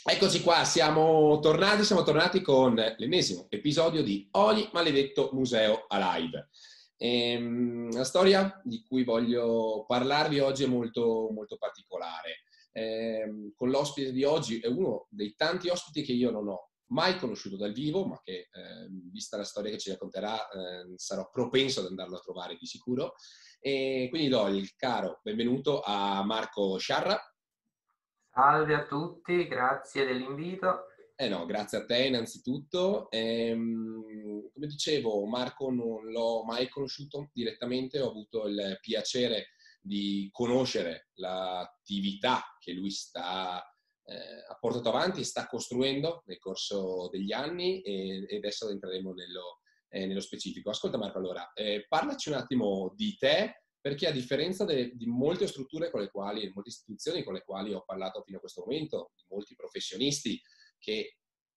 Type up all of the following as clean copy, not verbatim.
Eccoci qua, siamo tornati con l'ennesimo episodio di Ogni maledetto museo alive. La storia di cui voglio parlarvi oggi è molto, molto particolare. Con l'ospite di oggi è uno dei tanti ospiti che io non ho mai conosciuto dal vivo, ma che, vista la storia che ci racconterà, sarò propenso ad andarlo a trovare di sicuro. E quindi do il caro benvenuto a Marco Sciarra. Salve a tutti, grazie dell'invito. Eh no, grazie a te innanzitutto. Come dicevo, Marco non l'ho mai conosciuto direttamente, ho avuto il piacere di conoscere l'attività che lui ha portato avanti e sta costruendo nel corso degli anni e adesso entreremo nello specifico. Ascolta Marco, allora, parlaci un attimo di te, perché a differenza di molte strutture con le quali, molte istituzioni con le quali ho parlato fino a questo momento, di molti professionisti, che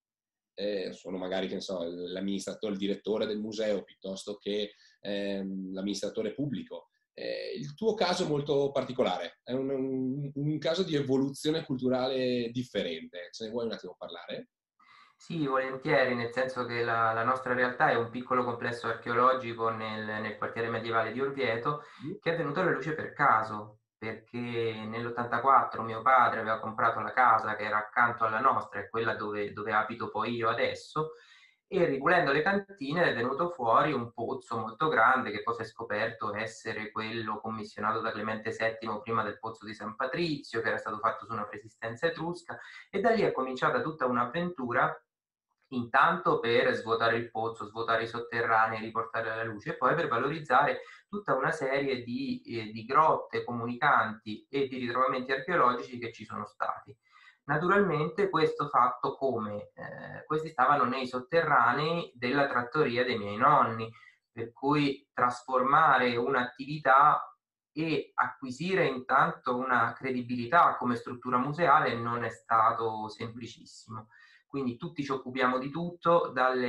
sono magari, che ne so, l'amministratore, il direttore del museo piuttosto che l'amministratore pubblico. Il tuo caso è molto particolare, è un caso di evoluzione culturale differente. Ce ne vuoi un attimo parlare? Sì, volentieri, nel senso che la nostra realtà è un piccolo complesso archeologico nel quartiere medievale di Orvieto, che è venuto alla luce per caso, perché nell'84 mio padre aveva comprato la casa che era accanto alla nostra, e quella dove abito poi io adesso, e ripulendo le cantine è venuto fuori un pozzo molto grande che poi si è scoperto essere quello commissionato da Clemente VII prima del pozzo di San Patrizio, che era stato fatto su una resistenza etrusca, e da lì è cominciata tutta un'avventura, intanto per svuotare il pozzo, svuotare i sotterranei, riportare alla luce, e poi per valorizzare tutta una serie di grotte comunicanti e di ritrovamenti archeologici che ci sono stati. Naturalmente questo fatto come? Questi stavano nei sotterranei della trattoria dei miei nonni, per cui trasformare un'attività e acquisire intanto una credibilità come struttura museale non è stato semplicissimo. Quindi tutti ci occupiamo di tutto,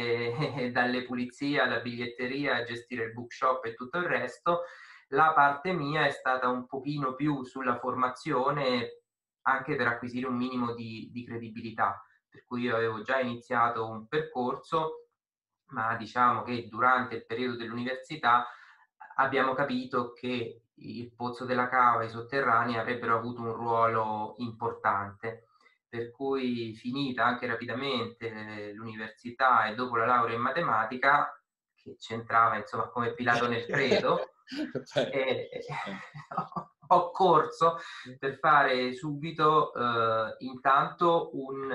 dalle pulizie alla biglietteria, a gestire il bookshop e tutto il resto. La parte mia è stata un pochino più sulla formazione, anche per acquisire un minimo di credibilità, per cui io avevo già iniziato un percorso, ma diciamo che durante il periodo dell'università abbiamo capito che il Pozzo della Cava e i sotterranei avrebbero avuto un ruolo importante, per cui finita anche rapidamente l'università e dopo la laurea in matematica, che c'entrava insomma come filato nel credo, e ho corso per fare subito intanto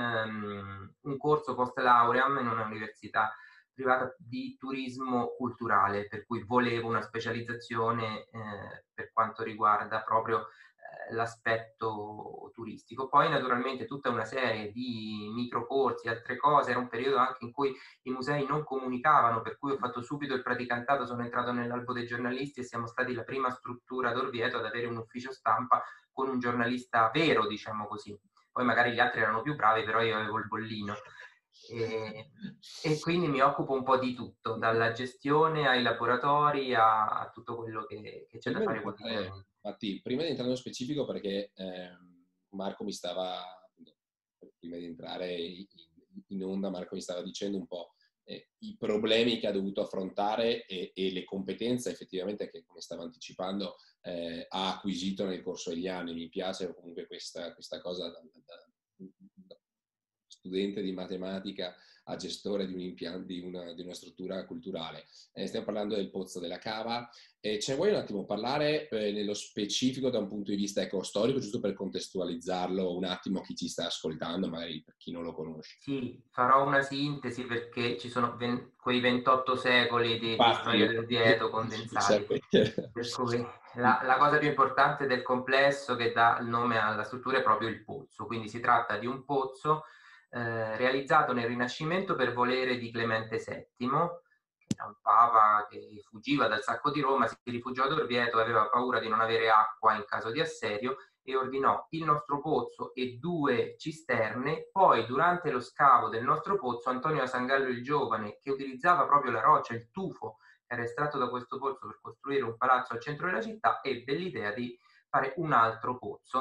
un corso post lauream in una università privata di turismo culturale, per cui volevo una specializzazione per quanto riguarda proprio l'aspetto turistico. Poi naturalmente tutta una serie di microcorsi e altre cose, era un periodo anche in cui i musei non comunicavano, per cui ho fatto subito il praticantato, sono entrato nell'albo dei giornalisti e siamo stati la prima struttura ad Orvieto ad avere un ufficio stampa con un giornalista vero, diciamo così. Poi magari gli altri erano più bravi, però io avevo il bollino. E quindi mi occupo un po' di tutto, dalla gestione ai laboratori a tutto quello che c'è da Prima di fare entrare, quotidianamente. infatti, prima di entrare nello specifico, perché Marco mi stava, appunto, prima di entrare in onda, Marco mi stava dicendo un po' i problemi che ha dovuto affrontare e le competenze effettivamente che, come stava anticipando, ha acquisito nel corso degli anni. Mi piace comunque questa cosa da studente di matematica a gestore di un impianto, di una struttura culturale. Stiamo parlando del Pozzo della Cava. Ce ne vuoi un attimo parlare nello specifico da un punto di vista storico, giusto per contestualizzarlo un attimo a chi ci sta ascoltando, magari per chi non lo conosce? Sì, farò una sintesi perché ci sono quei 28 secoli di storia Infatti, del Vieto condensati. specialmente. Per cui la cosa più importante del complesso che dà il nome alla struttura è proprio il pozzo. Quindi si tratta di un pozzo realizzato nel Rinascimento per volere di Clemente VII, che era un papa che fuggiva dal sacco di Roma, si rifugiò ad Orvieto, aveva paura di non avere acqua in caso di assedio e ordinò il nostro pozzo e 2 cisterne. Poi durante lo scavo del nostro pozzo Antonio Sangallo il Giovane, che utilizzava proprio la roccia, il tufo che era estratto da questo pozzo per costruire un palazzo al centro della città, ebbe l'idea di fare un altro pozzo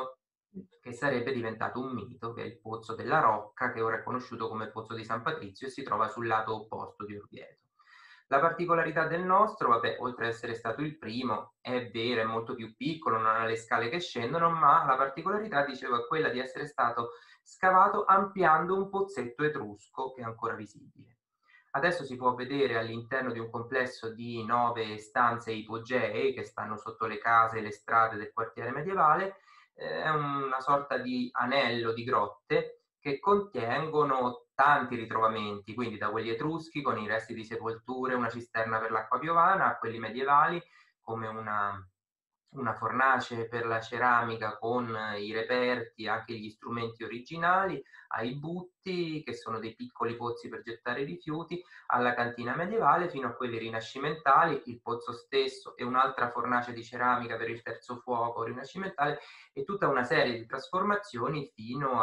che sarebbe diventato un mito, che è il Pozzo della Rocca, che ora è conosciuto come Pozzo di San Patrizio e si trova sul lato opposto di Orvieto. La particolarità del nostro, vabbè, oltre ad essere stato il primo, è vero, è molto più piccolo, non ha le scale che scendono, ma la particolarità, dicevo, è quella di essere stato scavato ampliando un pozzetto etrusco che è ancora visibile. Adesso si può vedere all'interno di un complesso di 9 stanze ipogee che stanno sotto le case e le strade del quartiere medievale, è una sorta di anello di grotte che contengono tanti ritrovamenti, quindi da quelli etruschi con i resti di sepolture, una cisterna per l'acqua piovana, a quelli medievali come una fornace per la ceramica con i reperti, anche gli strumenti originali, ai butti, che sono dei piccoli pozzi per gettare rifiuti, alla cantina medievale, fino a quelli rinascimentali, il pozzo stesso e un'altra fornace di ceramica per il terzo fuoco rinascimentale, e tutta una serie di trasformazioni fino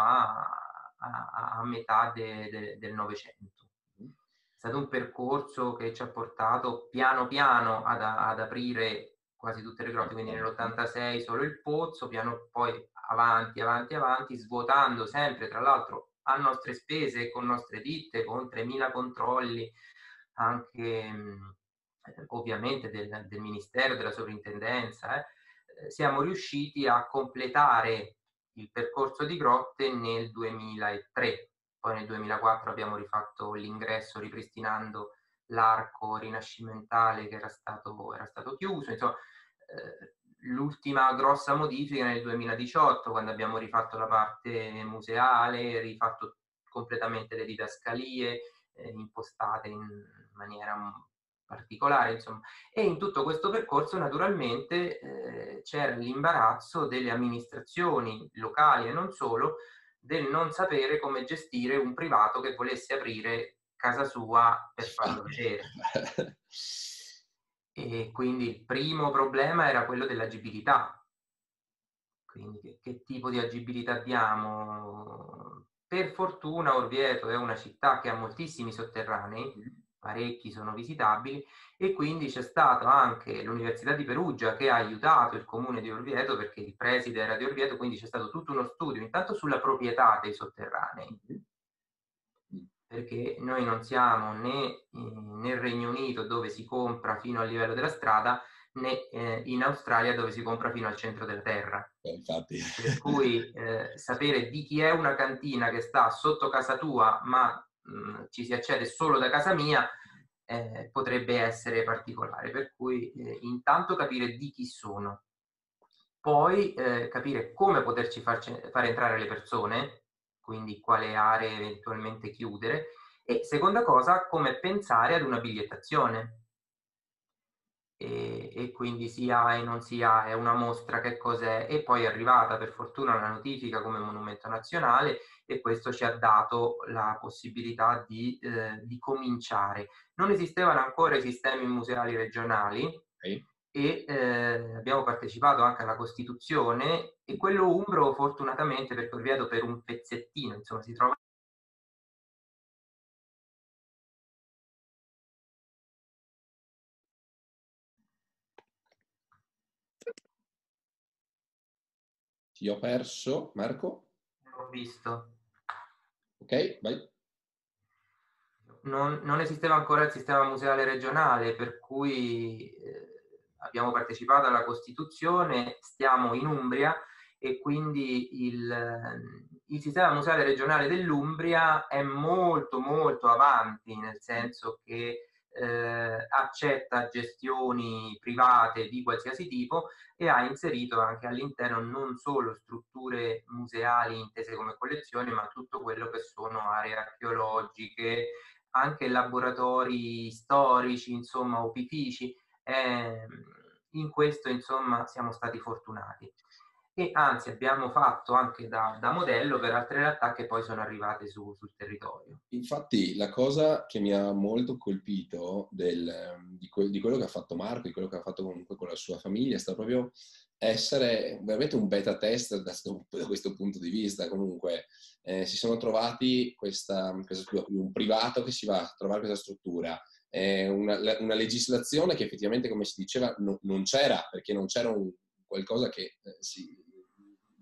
a metà del Novecento. È stato un percorso che ci ha portato piano piano ad aprire quasi tutte le grotte, quindi nell'86 solo il pozzo, piano poi avanti, svuotando sempre, tra l'altro a nostre spese, con nostre ditte, con 3.000 controlli, anche ovviamente del Ministero, della Sovrintendenza. Siamo riusciti a completare il percorso di grotte nel 2003. Poi nel 2004 abbiamo rifatto l'ingresso ripristinando l'arco rinascimentale che era stato chiuso. Insomma, l'ultima grossa modifica nel 2018, quando abbiamo rifatto la parte museale, rifatto completamente le didascalie, impostate in maniera particolare, insomma. E in tutto questo percorso naturalmente c'era l'imbarazzo delle amministrazioni locali e non solo, del non sapere come gestire un privato che volesse aprire casa sua per farlo vedere. E quindi il primo problema era quello dell'agibilità. Quindi che tipo di agibilità diamo? Per fortuna Orvieto è una città che ha moltissimi sotterranei, parecchi sono visitabili, e quindi c'è stata anche l'Università di Perugia che ha aiutato il comune di Orvieto, perché il preside era di Orvieto, quindi c'è stato tutto uno studio intanto sulla proprietà dei sotterranei, perché noi non siamo né nel Regno Unito, dove si compra fino al livello della strada, né in Australia, dove si compra fino al centro della terra. Infatti. Per cui sapere di chi è una cantina che sta sotto casa tua, ma ci si accede solo da casa mia, potrebbe essere particolare. Per cui intanto capire di chi sono, poi capire come poterci far entrare le persone, quindi quale aree eventualmente chiudere, e seconda cosa, come pensare ad una bigliettazione. E quindi sia e non sia è una mostra, che cos'è, e poi è arrivata per fortuna la notifica come monumento nazionale, e questo ci ha dato la possibilità di cominciare. Non esistevano ancora i sistemi museali regionali, e abbiamo partecipato anche alla costituzione, e quello umbro fortunatamente, perché Orvieto per un pezzettino insomma si trova. Ti ho perso, Marco? Ho visto. Ok, vai. Non esisteva ancora il sistema museale regionale, per cui abbiamo partecipato alla Costituzione, stiamo in Umbria, e quindi il sistema museale regionale dell'Umbria è molto molto avanti, nel senso che accetta gestioni private di qualsiasi tipo, e ha inserito anche all'interno non solo strutture museali intese come collezioni, ma tutto quello che sono aree archeologiche, anche laboratori storici, insomma, opifici. In questo, insomma, siamo stati fortunati. E anzi abbiamo fatto anche da modello per altre realtà che poi sono arrivate sul territorio. Infatti la cosa che mi ha molto colpito di quello che ha fatto Marco, di quello che ha fatto comunque con la sua famiglia, è stato proprio essere veramente un beta test da questo punto di vista. Comunque si sono trovati un privato che si va a trovare questa struttura, una legislazione che effettivamente, come si diceva, non c'era, perché non c'era qualcosa che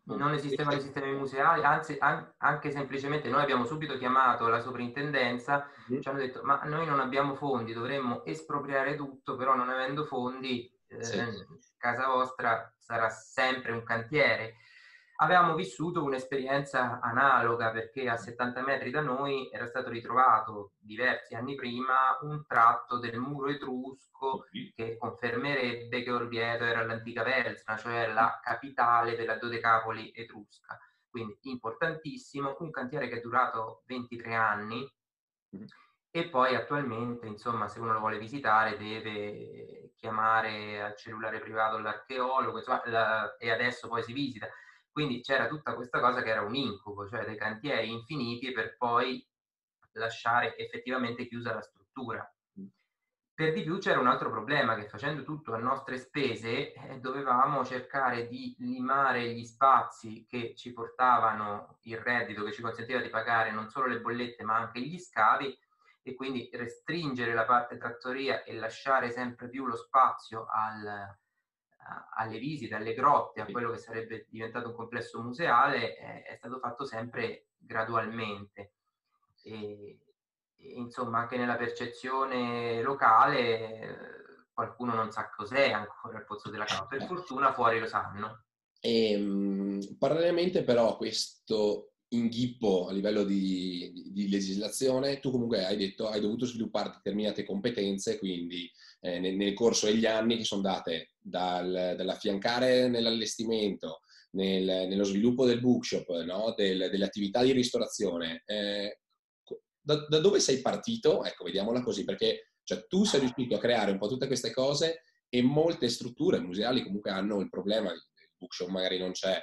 non esistevano i sistemi museali, anzi anche semplicemente noi abbiamo subito chiamato la sovrintendenza, ci hanno detto ma noi non abbiamo fondi, dovremmo espropriare tutto, però non avendo fondi Sì. casa vostra sarà sempre un cantiere. Avevamo vissuto un'esperienza analoga perché a 70 metri da noi era stato ritrovato diversi anni prima un tratto del muro etrusco che confermerebbe che Orvieto era l'antica Vesna, cioè la capitale della Dodecapoli etrusca. Quindi importantissimo, un cantiere che è durato 23 anni e poi attualmente, insomma, se uno lo vuole visitare deve chiamare al cellulare privato l'archeologo, insomma, e adesso poi si visita. Quindi c'era tutta questa cosa che era un incubo, cioè dei cantieri infiniti per poi lasciare effettivamente chiusa la struttura. Per di più c'era un altro problema, che facendo tutto a nostre spese dovevamo cercare di limare gli spazi che ci portavano il reddito, che ci consentiva di pagare non solo le bollette ma anche gli scavi, e quindi restringere la parte trattoria e lasciare sempre più lo spazio alle visite, alle grotte, a quello che sarebbe diventato un complesso museale, è stato fatto sempre gradualmente. E insomma, anche nella percezione locale qualcuno non sa cos'è ancora il Pozzo della Cava. Per fortuna fuori lo sanno. Parallelamente però a questo inghippo a livello di legislazione, tu comunque hai detto hai dovuto sviluppare determinate competenze, quindi nel corso degli anni che sono date dall'affiancare nell'allestimento, nello sviluppo del bookshop, no? Delle attività di ristorazione. Da dove sei partito? Ecco, vediamola così, perché cioè, tu sei riuscito a creare un po' tutte queste cose e molte strutture museali comunque hanno il problema, il bookshop magari non c'è,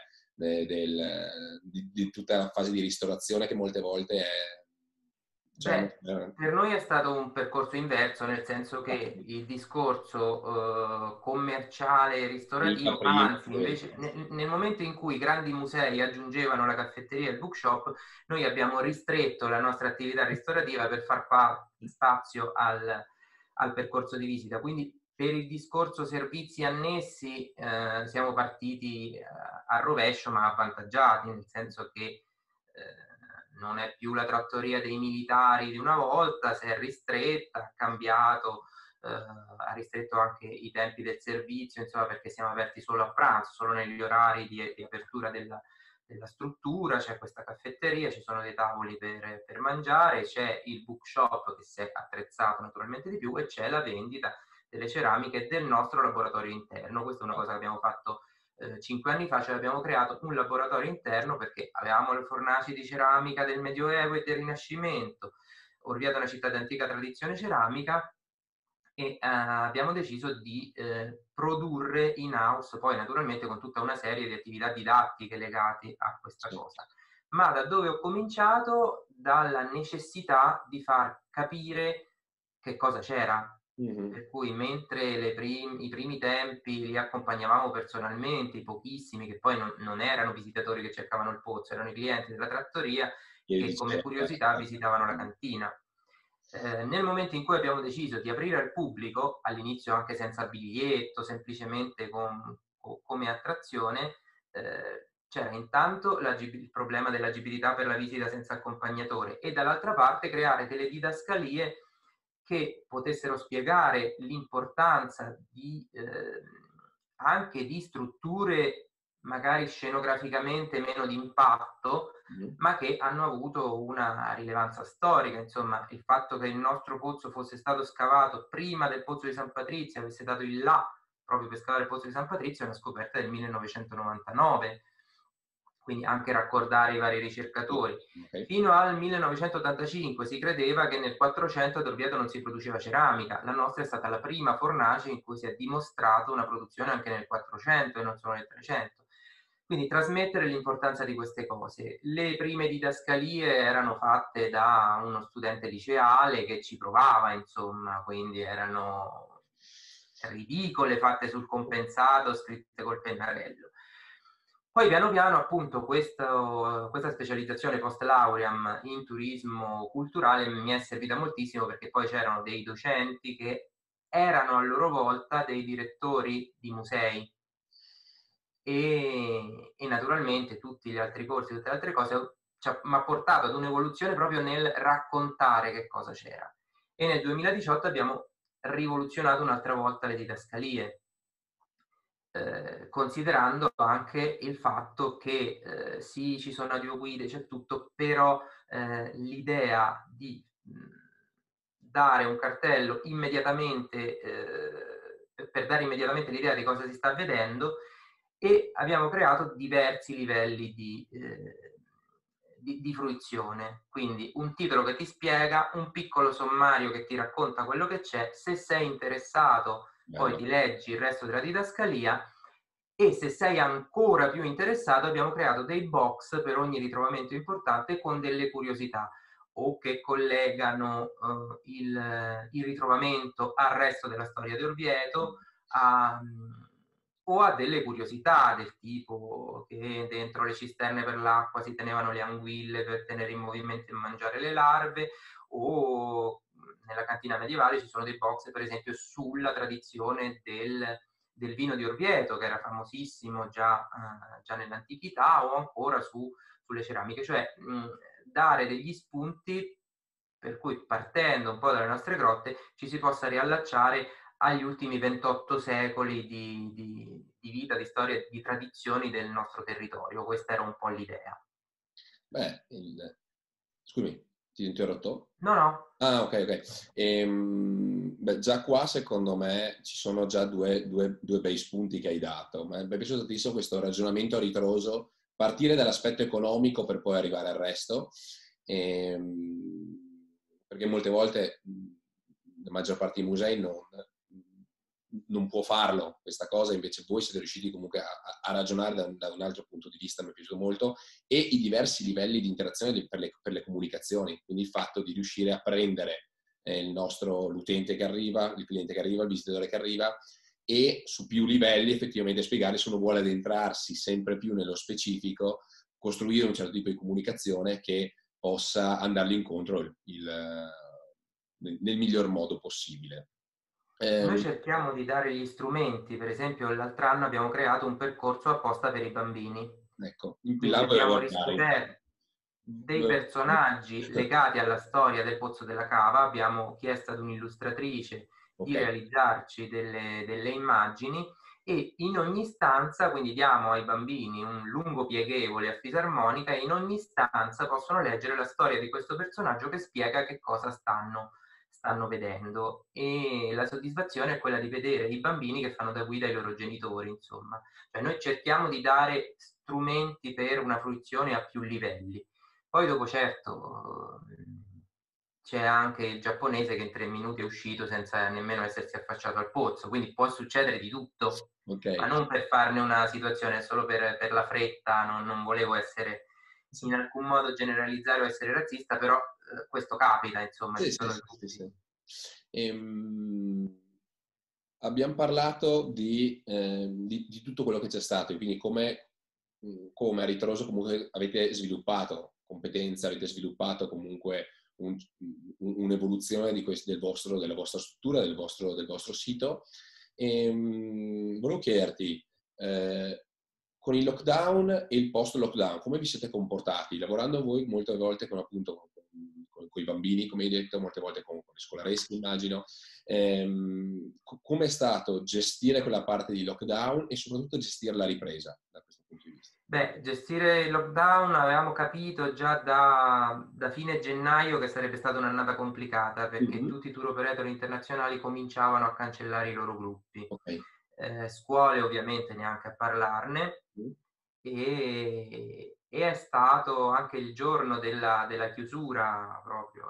di tutta la fase di ristorazione che molte volte è... Cioè, Per noi è stato un percorso inverso, nel senso che il discorso commerciale e veniva ristorativo, prima. anzi, invece, nel momento in cui i grandi musei aggiungevano la caffetteria e il bookshop, noi abbiamo ristretto la nostra attività ristorativa per far spazio al percorso di visita. Quindi per il discorso servizi annessi siamo partiti a rovescio ma avvantaggiati, nel senso che non è più la trattoria dei militari di una volta, si è ristretta, ha cambiato, ha ristretto anche i tempi del servizio, insomma, perché siamo aperti solo a pranzo, solo negli orari di apertura della struttura, c'è questa caffetteria, ci sono dei tavoli per mangiare, c'è il bookshop che si è attrezzato naturalmente di più e c'è la vendita delle ceramiche del nostro laboratorio interno. Questa è una cosa che abbiamo fatto 5 anni fa, cioè abbiamo creato un laboratorio interno perché avevamo le fornaci di ceramica del Medioevo e del Rinascimento, Orvieto è una città di antica tradizione ceramica, e abbiamo deciso di produrre in house, poi naturalmente con tutta una serie di attività didattiche legate a questa cosa. Ma da dove ho cominciato? Dalla necessità di far capire che cosa c'era. Per cui mentre i primi tempi li accompagnavamo personalmente, i pochissimi che poi non erano visitatori che cercavano il pozzo, erano i clienti della trattoria che come curiosità visitavano la cantina. Nel momento in cui abbiamo deciso di aprire al pubblico, all'inizio anche senza biglietto, semplicemente come attrazione, c'era intanto il problema dell'agibilità per la visita senza accompagnatore e dall'altra parte creare delle didascalie che potessero spiegare l'importanza anche di strutture magari scenograficamente meno di impatto, ma che hanno avuto una rilevanza storica. Insomma, il fatto che il nostro pozzo fosse stato scavato prima del pozzo di San Patrizio, avesse dato il là proprio per scavare il pozzo di San Patrizio, è una scoperta del 1999. Quindi anche raccordare i vari ricercatori. Fino al 1985 si credeva che nel 400 ad Orvieto non si produceva ceramica. La nostra è stata la prima fornace in cui si è dimostrato una produzione anche nel 400 e non solo nel 300. Quindi trasmettere l'importanza di queste cose. Le prime didascalie erano fatte da uno studente liceale che ci provava, insomma, quindi erano ridicole, fatte sul compensato, scritte col pennarello. Poi piano piano appunto questa specializzazione post lauream in turismo culturale mi è servita moltissimo perché poi c'erano dei docenti che erano a loro volta dei direttori di musei e naturalmente tutti gli altri corsi, tutte le altre cose mi ha portato ad un'evoluzione proprio nel raccontare che cosa c'era. E nel 2018 abbiamo rivoluzionato un'altra volta le didascalie, considerando anche il fatto che sì, ci sono audioguide, c'è tutto, però l'idea di dare un cartello immediatamente per dare immediatamente l'idea di cosa si sta vedendo, e abbiamo creato diversi livelli di fruizione. Quindi un titolo che ti spiega, un piccolo sommario che ti racconta quello che c'è, se sei interessato poi ti leggi il resto della didascalia, e se sei ancora più interessato abbiamo creato dei box per ogni ritrovamento importante con delle curiosità, o che collegano il ritrovamento al resto della storia di Orvieto, o a delle curiosità del tipo che dentro le cisterne per l'acqua si tenevano le anguille per tenere in movimento e mangiare le larve, o nella cantina medievale ci sono dei box per esempio sulla tradizione del vino di Orvieto, che era famosissimo già nell'antichità, o ancora sulle ceramiche, cioè dare degli spunti per cui, partendo un po' dalle nostre grotte, ci si possa riallacciare agli ultimi 28 secoli di vita, di storia, di tradizioni del nostro territorio. Questa era un po' l'idea. Beh, scusami, ti ho interrotto? No, no. Ah, ok. Beh, già qua secondo me ci sono già due bei spunti che hai dato. Mi è piaciuto tantissimo questo ragionamento a ritroso, partire dall'aspetto economico per poi arrivare al resto, perché molte volte la maggior parte dei musei non può farlo questa cosa, invece voi siete riusciti comunque a ragionare da un altro punto di vista, mi è piaciuto molto, e i diversi livelli di interazione per le comunicazioni, quindi il fatto di riuscire a prendere l'utente che arriva, il cliente che arriva, il visitatore che arriva, e su più livelli effettivamente spiegare, se uno vuole addentrarsi sempre più nello specifico, costruire un certo tipo di comunicazione che possa andargli incontro nel miglior modo possibile. Noi cerchiamo di dare gli strumenti, per esempio l'altro anno abbiamo creato un percorso apposta per i bambini. Ecco, Quindi abbiamo riscoperto dei personaggi legati alla storia del Pozzo della Cava, abbiamo chiesto ad un'illustratrice di realizzarci delle immagini, e in ogni stanza, quindi diamo ai bambini un lungo pieghevole a fisarmonica, e in ogni stanza possono leggere la storia di questo personaggio che spiega che cosa stanno vedendo, e la soddisfazione è quella di vedere i bambini che fanno da guida ai loro genitori, insomma. Cioè noi cerchiamo di dare strumenti per una fruizione a più livelli. Poi dopo, certo, c'è anche il giapponese che in 3 minuti è uscito senza nemmeno essersi affacciato al pozzo, quindi può succedere di tutto, ma non per farne una situazione solo per la fretta. Non volevo essere in alcun modo generalizzare o essere razzista, però questo capita, insomma. Sì. Abbiamo parlato di tutto quello che c'è stato, quindi come a ritroso comunque avete sviluppato competenze, avete sviluppato comunque un'evoluzione della vostra struttura, del vostro sito. Volevo chiederti, con il lockdown e il post-lockdown, come vi siete comportati? Lavorando voi molte volte con i bambini, come hai detto, molte volte con le scolaresche, immagino. Come è stato gestire quella parte di lockdown e soprattutto gestire la ripresa da questo punto di vista? Beh, gestire il lockdown avevamo capito già da fine gennaio che sarebbe stata un'annata complicata, perché tutti i tour operator internazionali cominciavano a cancellare i loro gruppi. Scuole ovviamente neanche a parlarne, e è stato anche il giorno della chiusura, proprio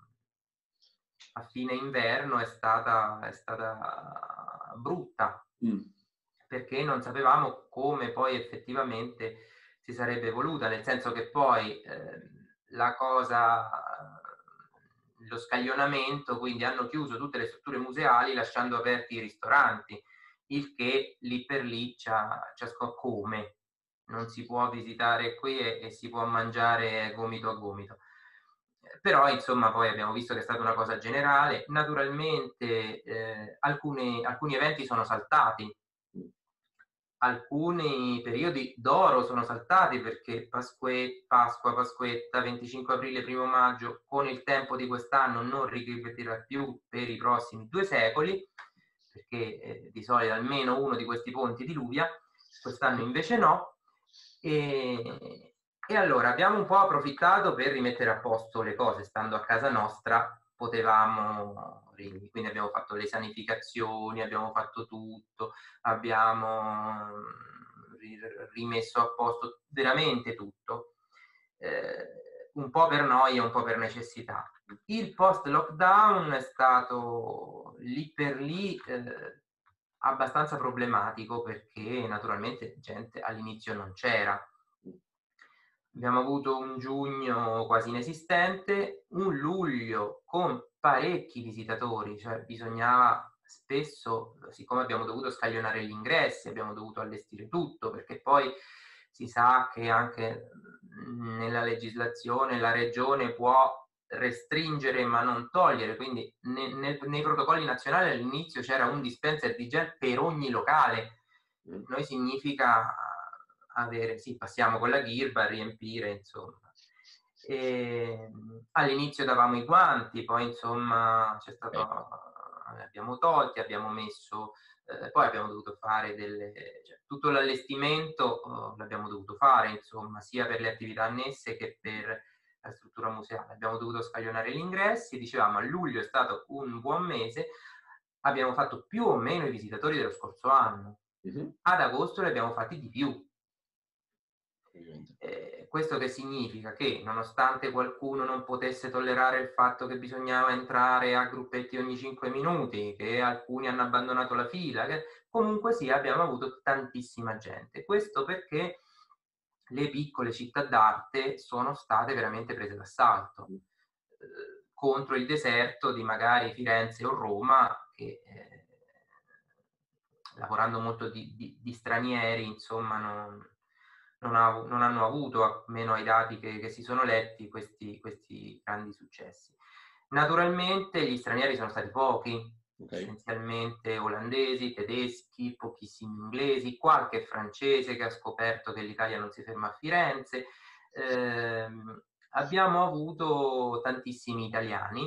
a fine inverno, è stata brutta, perché non sapevamo come poi effettivamente si sarebbe evoluta, nel senso che poi la cosa, lo scaglionamento, quindi hanno chiuso tutte le strutture museali lasciando aperti i ristoranti, il che lì per lì come non si può visitare qui e si può mangiare gomito a gomito. Però insomma poi abbiamo visto che è stata una cosa generale. Naturalmente alcuni eventi sono saltati, alcuni periodi d'oro sono saltati perché Pasqua, Pasquetta, 25 aprile, 1 maggio, con il tempo di quest'anno non ripeterà più per i prossimi 2 secoli, perché di solito almeno uno di questi ponti diluvia, quest'anno invece no. E allora abbiamo un po' approfittato per rimettere a posto le cose, stando a casa nostra potevamo, quindi abbiamo fatto le sanificazioni, abbiamo fatto tutto, abbiamo rimesso a posto veramente tutto, un po' per noia, un po' per necessità. Il post lockdown è stato lì per lì abbastanza problematico, perché naturalmente gente all'inizio non c'era. Abbiamo avuto un giugno quasi inesistente, un luglio con parecchi visitatori, cioè bisognava spesso, siccome abbiamo dovuto scaglionare gli ingressi, abbiamo dovuto allestire tutto, perché poi si sa che anche nella legislazione la regione può restringere ma non togliere, quindi nei protocolli nazionali all'inizio c'era un dispenser di gel per ogni locale. Noi significa avere, sì, passiamo con la ghirba a riempire, insomma. All'inizio davamo i guanti, poi insomma c'è stato, abbiamo tolti, abbiamo messo, poi abbiamo dovuto fare cioè, tutto l'allestimento l'abbiamo dovuto fare, insomma, sia per le attività annesse che per la struttura museale. Abbiamo dovuto scaglionare gli ingressi, dicevamo a luglio è stato un buon mese, abbiamo fatto più o meno i visitatori dello scorso anno. Ad agosto li abbiamo fatti di più. Questo che significa? Che nonostante qualcuno non potesse tollerare il fatto che bisognava entrare a gruppetti ogni 5 minuti, che alcuni hanno abbandonato la fila, che comunque sì, abbiamo avuto tantissima gente. Questo perché le piccole città d'arte sono state veramente prese d'assalto, contro il deserto di magari Firenze o Roma, che lavorando molto di stranieri, insomma, non hanno avuto, almeno ai dati che si sono letti, questi grandi successi. Naturalmente gli stranieri sono stati pochi, essenzialmente olandesi, tedeschi, pochissimi inglesi, qualche francese che ha scoperto che l'Italia non si ferma a Firenze. Abbiamo avuto tantissimi italiani.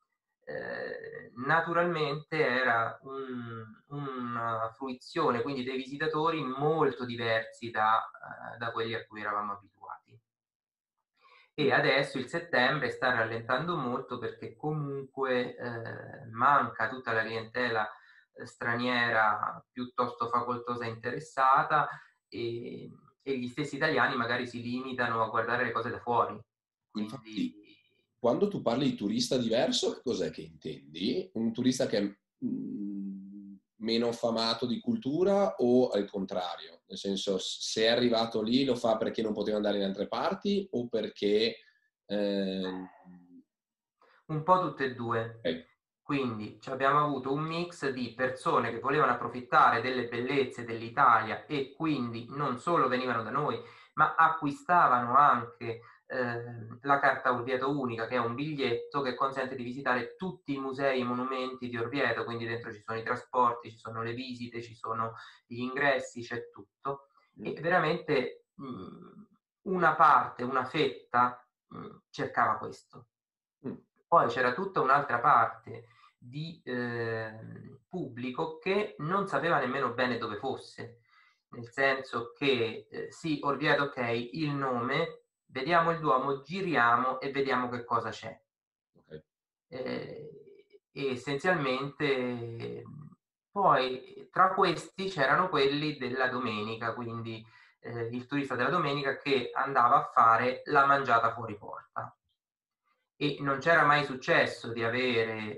Naturalmente era una fruizione, quindi dei visitatori molto diversi da quelli a cui eravamo abituati. E adesso il settembre sta rallentando molto, perché comunque manca tutta la clientela straniera piuttosto facoltosa e interessata, e gli stessi italiani magari si limitano a guardare le cose da fuori. Quindi... Infatti, quando tu parli di turista diverso, cos'è che intendi? Un turista che è meno affamato di cultura, o al contrario? Nel senso, se è arrivato lì lo fa perché non poteva andare in altre parti, o perché... Un po' tutte e due. Quindi abbiamo avuto un mix di persone che volevano approfittare delle bellezze dell'Italia, e quindi non solo venivano da noi, ma acquistavano anche la carta Orvieto Unica, che è un biglietto che consente di visitare tutti i musei e i monumenti di Orvieto, quindi dentro ci sono i trasporti, ci sono le visite, ci sono gli ingressi, c'è tutto. E veramente una parte, una fetta cercava questo. Poi c'era tutta un'altra parte di pubblico che non sapeva nemmeno bene dove fosse, nel senso che sì, Orvieto, ok, il nome, vediamo il Duomo, giriamo e vediamo che cosa c'è. E essenzialmente poi tra questi c'erano quelli della domenica, quindi il turista della domenica che andava a fare la mangiata fuori porta. E non c'era mai successo di avere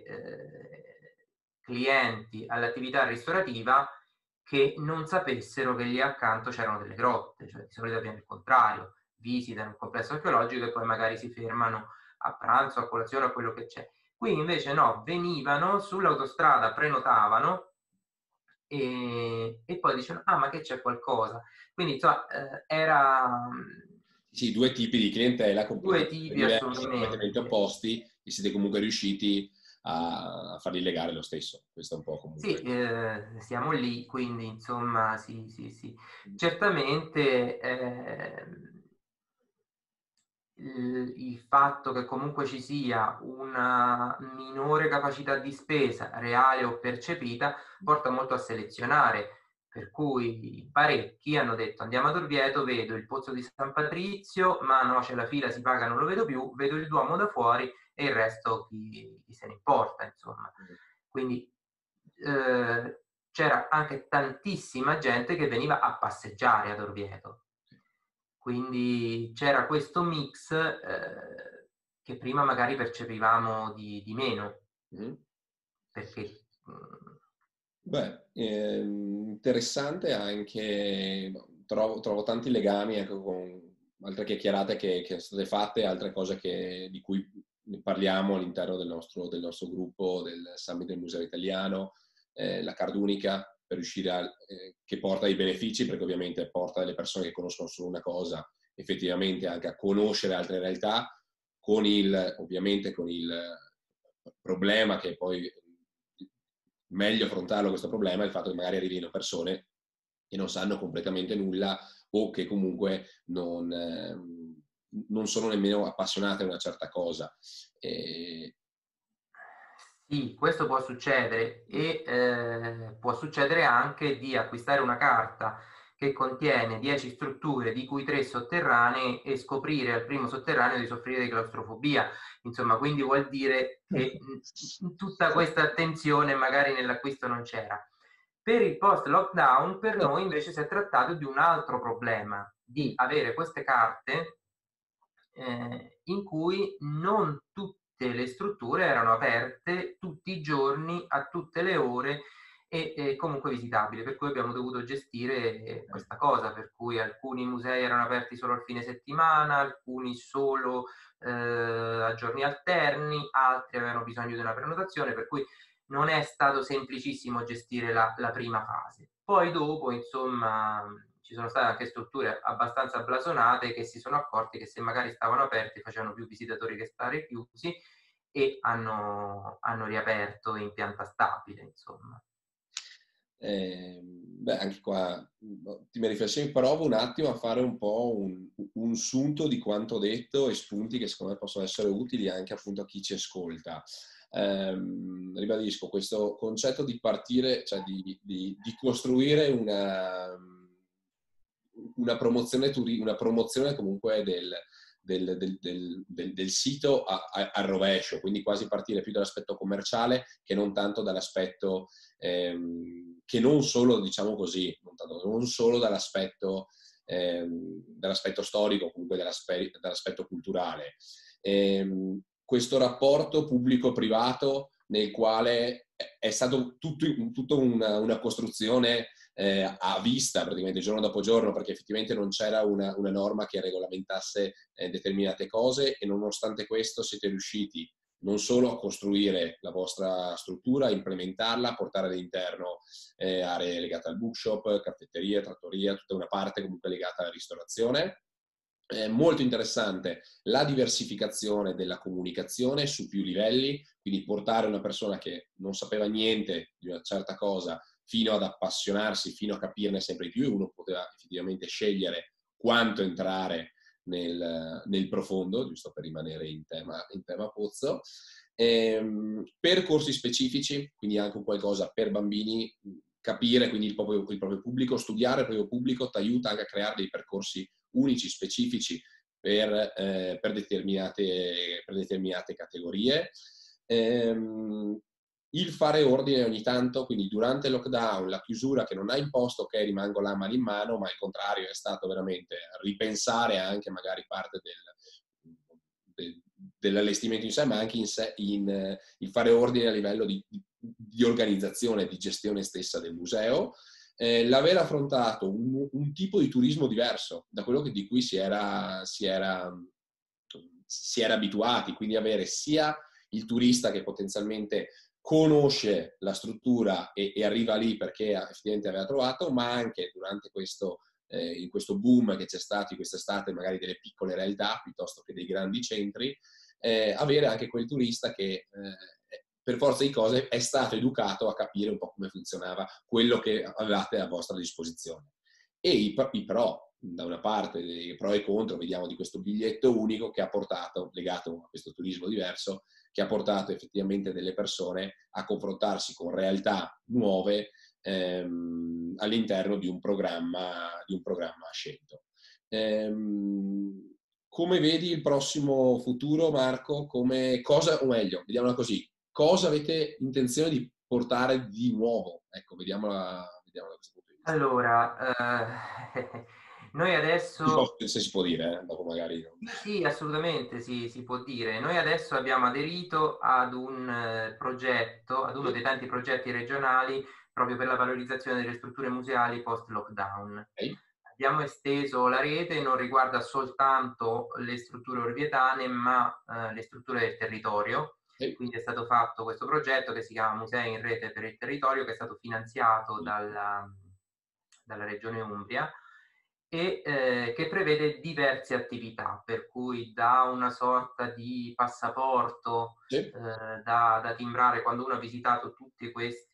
clienti all'attività ristorativa che non sapessero che lì accanto c'erano delle grotte, cioè di solito avviene il contrario, visitano il complesso archeologico e poi magari si fermano a pranzo, a colazione, a quello che c'è. Qui invece no, venivano sull'autostrada, prenotavano e poi dicevano, ah, ma che c'è qualcosa? Quindi insomma era... Sì, due tipi di clientela due tipi completamente assolutamente opposti, e siete comunque riusciti a farli legare lo stesso. Questo è un po' comunque. Sì, siamo lì, quindi insomma sì, sì, sì. Certamente il fatto che comunque ci sia una minore capacità di spesa reale o percepita porta molto a selezionare, per cui parecchi hanno detto andiamo ad Orvieto, vedo il pozzo di San Patrizio, ma no, c'è la fila, si paga, non lo vedo più, vedo il Duomo da fuori e il resto chi se ne importa, insomma. Quindi c'era anche tantissima gente che veniva a passeggiare ad Orvieto. Quindi c'era questo mix che prima magari percepivamo di meno. Perché... Beh, interessante anche, trovo tanti legami anche con altre chiacchierate che sono state fatte, altre cose di cui ne parliamo all'interno del nostro gruppo, del Summit del Museo Italiano, la card unica per riuscire che porta dei benefici, perché ovviamente porta delle persone che conoscono solo una cosa, effettivamente anche a conoscere altre realtà, ovviamente con il problema che poi meglio affrontarlo questo problema è il fatto che magari arrivino persone che non sanno completamente nulla o che comunque non sono nemmeno appassionate a una certa cosa. Sì, questo può succedere e può succedere anche di acquistare una carta che contiene 10 strutture, di cui 3 sotterranee, e scoprire al primo sotterraneo di soffrire di claustrofobia. Insomma, quindi vuol dire che tutta questa attenzione magari nell'acquisto non c'era. Per il post-lockdown, per noi invece si è trattato di un altro problema, di avere queste carte in cui non tutte le strutture erano aperte tutti i giorni, a tutte le ore e comunque visitabili, per cui abbiamo dovuto gestire questa cosa, per cui alcuni musei erano aperti solo al fine settimana, alcuni solo a giorni alterni, altri avevano bisogno di una prenotazione, per cui non è stato semplicissimo gestire la prima fase. Poi dopo, insomma, ci sono state anche strutture abbastanza blasonate che si sono accorti che se magari stavano aperti facevano più visitatori che stare chiusi e hanno riaperto in pianta stabile, insomma. Beh, anche qua ottime riflessioni, provo un attimo a fare un po' un sunto di quanto detto e spunti che secondo me possono essere utili anche appunto a chi ci ascolta. Ribadisco questo concetto di partire, cioè di costruire una promozione comunque del sito al rovescio, quindi quasi partire più dall'aspetto commerciale che non tanto dall'aspetto, che non solo, diciamo così, non solo dall'aspetto storico, comunque dall'aspetto culturale. Questo rapporto pubblico-privato nel quale è stato tutto una costruzione a vista praticamente giorno dopo giorno, perché effettivamente non c'era una norma che regolamentasse determinate cose, e nonostante questo siete riusciti non solo a costruire la vostra struttura, a implementarla, a portare all'interno aree legate al bookshop, caffetteria, trattoria, tutta una parte comunque legata alla ristorazione. Molto interessante la diversificazione della comunicazione su più livelli, quindi portare una persona che non sapeva niente di una certa cosa fino ad appassionarsi, fino a capirne sempre di più, e uno poteva effettivamente scegliere quanto entrare nel profondo, giusto per rimanere in tema pozzo. Percorsi specifici, quindi anche qualcosa per bambini, capire quindi il proprio pubblico, studiare il proprio pubblico ti aiuta anche a creare dei percorsi unici, specifici per determinate categorie. Il fare ordine ogni tanto, quindi durante il lockdown, la chiusura che non ha imposto che rimango là mano in mano, ma al contrario è stato veramente ripensare anche magari parte dell'allestimento in sé, ma anche il fare ordine a livello di organizzazione, di gestione stessa del museo. L'aver affrontato un tipo di turismo diverso da quello di cui si era abituati, quindi avere sia il turista che potenzialmente conosce la struttura e arriva lì perché effettivamente aveva trovato, ma anche durante in questo boom che c'è stato quest'estate, magari delle piccole realtà piuttosto che dei grandi centri, avere anche quel turista che per forza di cose è stato educato a capire un po' come funzionava quello che avevate a vostra disposizione. E i pro, da una parte, i pro e i contro, vediamo di questo biglietto unico che ha portato, legato a questo turismo diverso, che ha portato effettivamente delle persone a confrontarsi con realtà nuove all'interno di un programma scelto. Come vedi il prossimo futuro, Marco? O meglio, vediamola così, cosa avete intenzione di portare di nuovo? Ecco, vediamola da questo punto di vista. Allora, noi adesso... Se si può dire, dopo magari... Sì, assolutamente si può dire. Noi adesso abbiamo aderito ad un progetto, ad uno dei tanti progetti regionali proprio per la valorizzazione delle strutture museali post-lockdown. Okay. Abbiamo esteso la rete, non riguarda soltanto le strutture orvietane, ma le strutture del territorio. Quindi è stato fatto questo progetto che si chiama Musei in rete per il territorio, che è stato finanziato dalla Regione Umbria e che prevede diverse attività, per cui da una sorta di passaporto Sì. da timbrare quando uno ha visitato tutti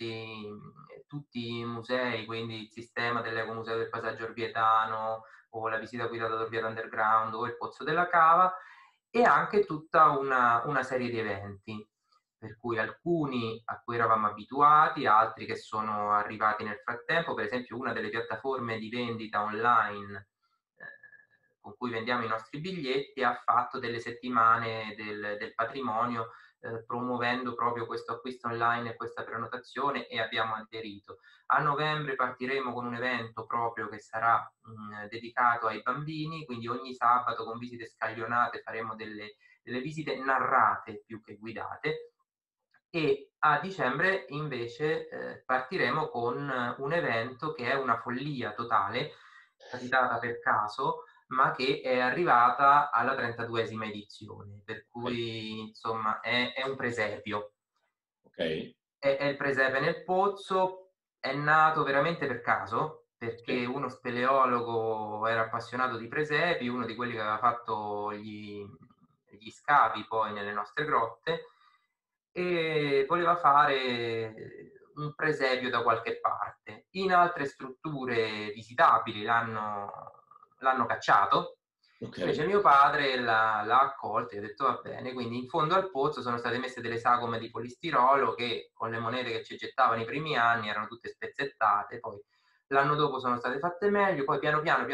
i musei, quindi il sistema dell'Ecomuseo del Paesaggio Orvietano o la visita guidata d'Orvieto Underground o il Pozzo della Cava, e anche tutta una serie di eventi, per cui alcuni a cui eravamo abituati, altri che sono arrivati nel frattempo. Per esempio, una delle piattaforme di vendita online con cui vendiamo i nostri biglietti ha fatto delle settimane del patrimonio, promuovendo proprio questo acquisto online e questa prenotazione, e abbiamo aderito. A novembre partiremo con un evento proprio che sarà dedicato ai bambini, quindi ogni sabato con visite scaglionate faremo delle visite narrate più che guidate. E a dicembre invece partiremo con un evento che è una follia totale, capitata per caso, ma che è arrivata alla 32esima edizione, per cui insomma è un presepio. Ok. È il presepe nel pozzo, è nato veramente per caso, perché Sì. uno speleologo era appassionato di presepi, uno di quelli che aveva fatto gli scavi poi nelle nostre grotte, e voleva fare un presepio da qualche parte. In altre strutture visitabili l'hanno cacciato, Okay. invece mio padre l'ha accolto e ha detto va bene. Quindi in fondo al pozzo sono state messe delle sagome di polistirolo che con le monete che ci gettavano i primi anni erano tutte spezzettate, poi l'anno dopo sono state fatte meglio, poi piano piano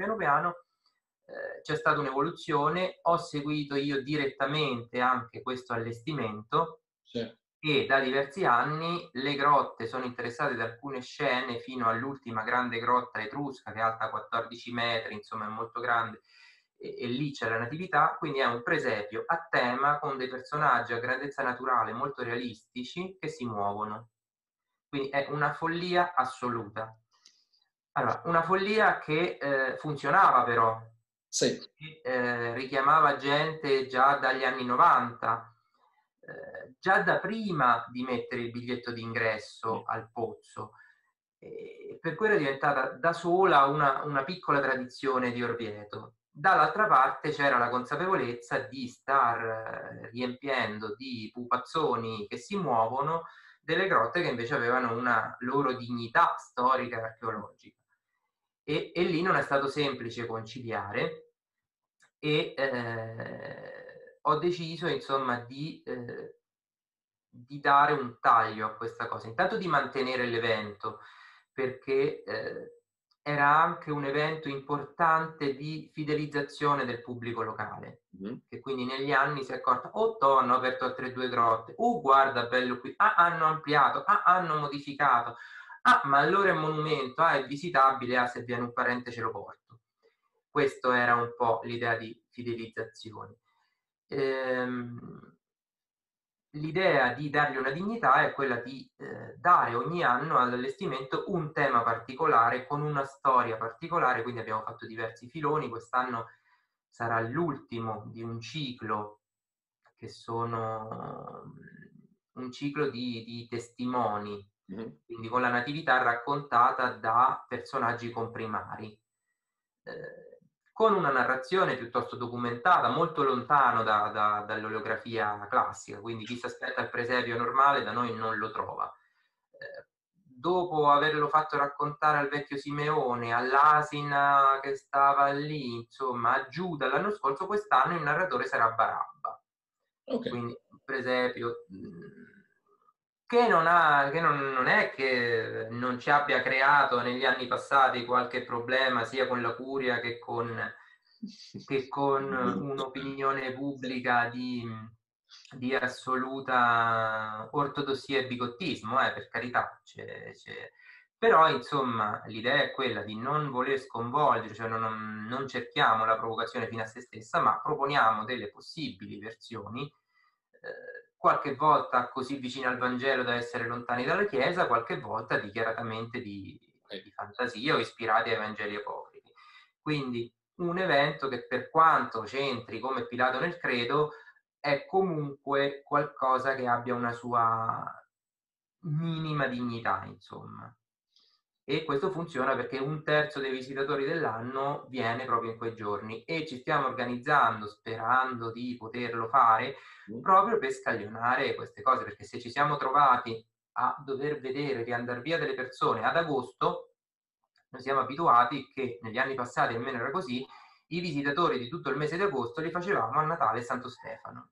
c'è stata un'evoluzione. Ho seguito io direttamente anche questo allestimento Sì. e da diversi anni le grotte sono interessate da alcune scene fino all'ultima grande grotta etrusca che è alta 14 metri, insomma è molto grande, e lì c'è la natività, quindi è un presepio a tema con dei personaggi a grandezza naturale molto realistici che si muovono. Quindi è una follia assoluta. Allora, una follia che funzionava però, Sì. richiamava gente già dagli anni 90, già da prima di mettere il biglietto d'ingresso al pozzo, per cui era diventata da sola una piccola tradizione di Orvieto. Dall'altra parte c'era la consapevolezza di star riempiendo di pupazzoni che si muovono delle grotte che invece avevano una loro dignità storica e archeologica. E lì non è stato semplice conciliare, e ho deciso insomma di dare un taglio a questa cosa, intanto di mantenere l'evento, perché era anche un evento importante di fidelizzazione del pubblico locale, che quindi negli anni si è accorto, oh, hanno aperto altre 2 grotte, guarda bello qui, hanno ampliato, hanno modificato, ma allora è monumento, è visitabile, se viene un parente ce lo porto. Questo era un po' l'idea di fidelizzazione. L'idea di dargli una dignità è quella di dare ogni anno all'allestimento un tema particolare con una storia particolare, quindi abbiamo fatto diversi filoni. Quest'anno sarà l'ultimo di un ciclo che sono un ciclo di testimoni, quindi con la natività raccontata da personaggi comprimari. con una narrazione piuttosto documentata, molto lontano dall'oleografia classica, quindi chi si aspetta il presepio normale da noi non lo trova. Dopo averlo fatto raccontare al vecchio Simeone, all'asina che stava lì, insomma, a Giuda l'anno scorso, quest'anno il narratore sarà Barabba. Ok. Quindi un presepio non è che non ci abbia creato negli anni passati qualche problema sia con la curia che con un'opinione pubblica di assoluta ortodossia e bigottismo, per carità. Però insomma l'idea è quella di non voler sconvolgere, cioè non cerchiamo la provocazione fino a se stessa, ma proponiamo delle possibili versioni, qualche volta così vicini al Vangelo da essere lontani dalla Chiesa, qualche volta dichiaratamente di fantasia o ispirati ai Vangeli apocrifi. Quindi un evento che, per quanto c'entri come Pilato nel credo, è comunque qualcosa che abbia una sua minima dignità, insomma. E questo funziona perché 1/3 dei visitatori dell'anno viene proprio in quei giorni, e ci stiamo organizzando, sperando di poterlo fare, proprio per scaglionare queste cose, perché se ci siamo trovati a dover vedere di andare via delle persone ad agosto, noi siamo abituati che negli anni passati, almeno era così, i visitatori di tutto il mese di agosto li facevamo a Natale e Santo Stefano.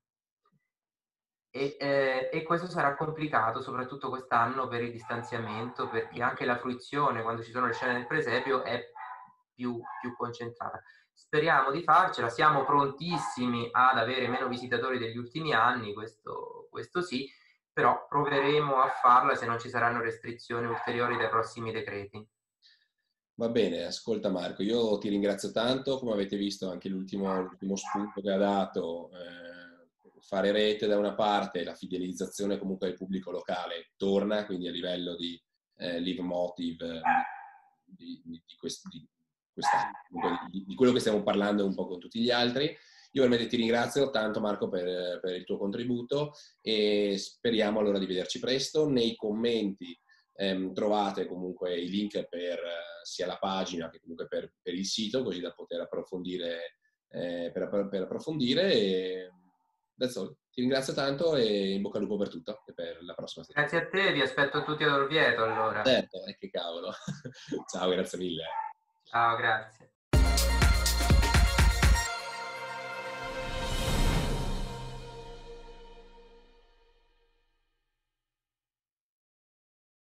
E questo sarà complicato, soprattutto quest'anno, per il distanziamento, perché anche la fruizione, quando ci sono le scene del presepio, è più concentrata. Speriamo di farcela, siamo prontissimi ad avere meno visitatori degli ultimi anni, questo sì, però proveremo a farla se non ci saranno restrizioni ulteriori dai prossimi decreti. Va bene, ascolta Marco, io ti ringrazio tanto, come avete visto anche l'ultimo spunto che ha dato, fare rete da una parte, la fidelizzazione comunque del pubblico locale torna, quindi a livello di live motive, di quello che stiamo parlando un po' con tutti gli altri. Io veramente ti ringrazio tanto Marco per il tuo contributo e speriamo allora di vederci presto. Nei commenti trovate comunque i link per sia la pagina che comunque per il sito, così da poter approfondire per approfondire. E that's all. Ti ringrazio tanto e in bocca al lupo per tutto e per la prossima settimana. Grazie a te, vi aspetto tutti ad Orvieto allora. Certo, che cavolo. Ciao, grazie mille. Ciao, grazie.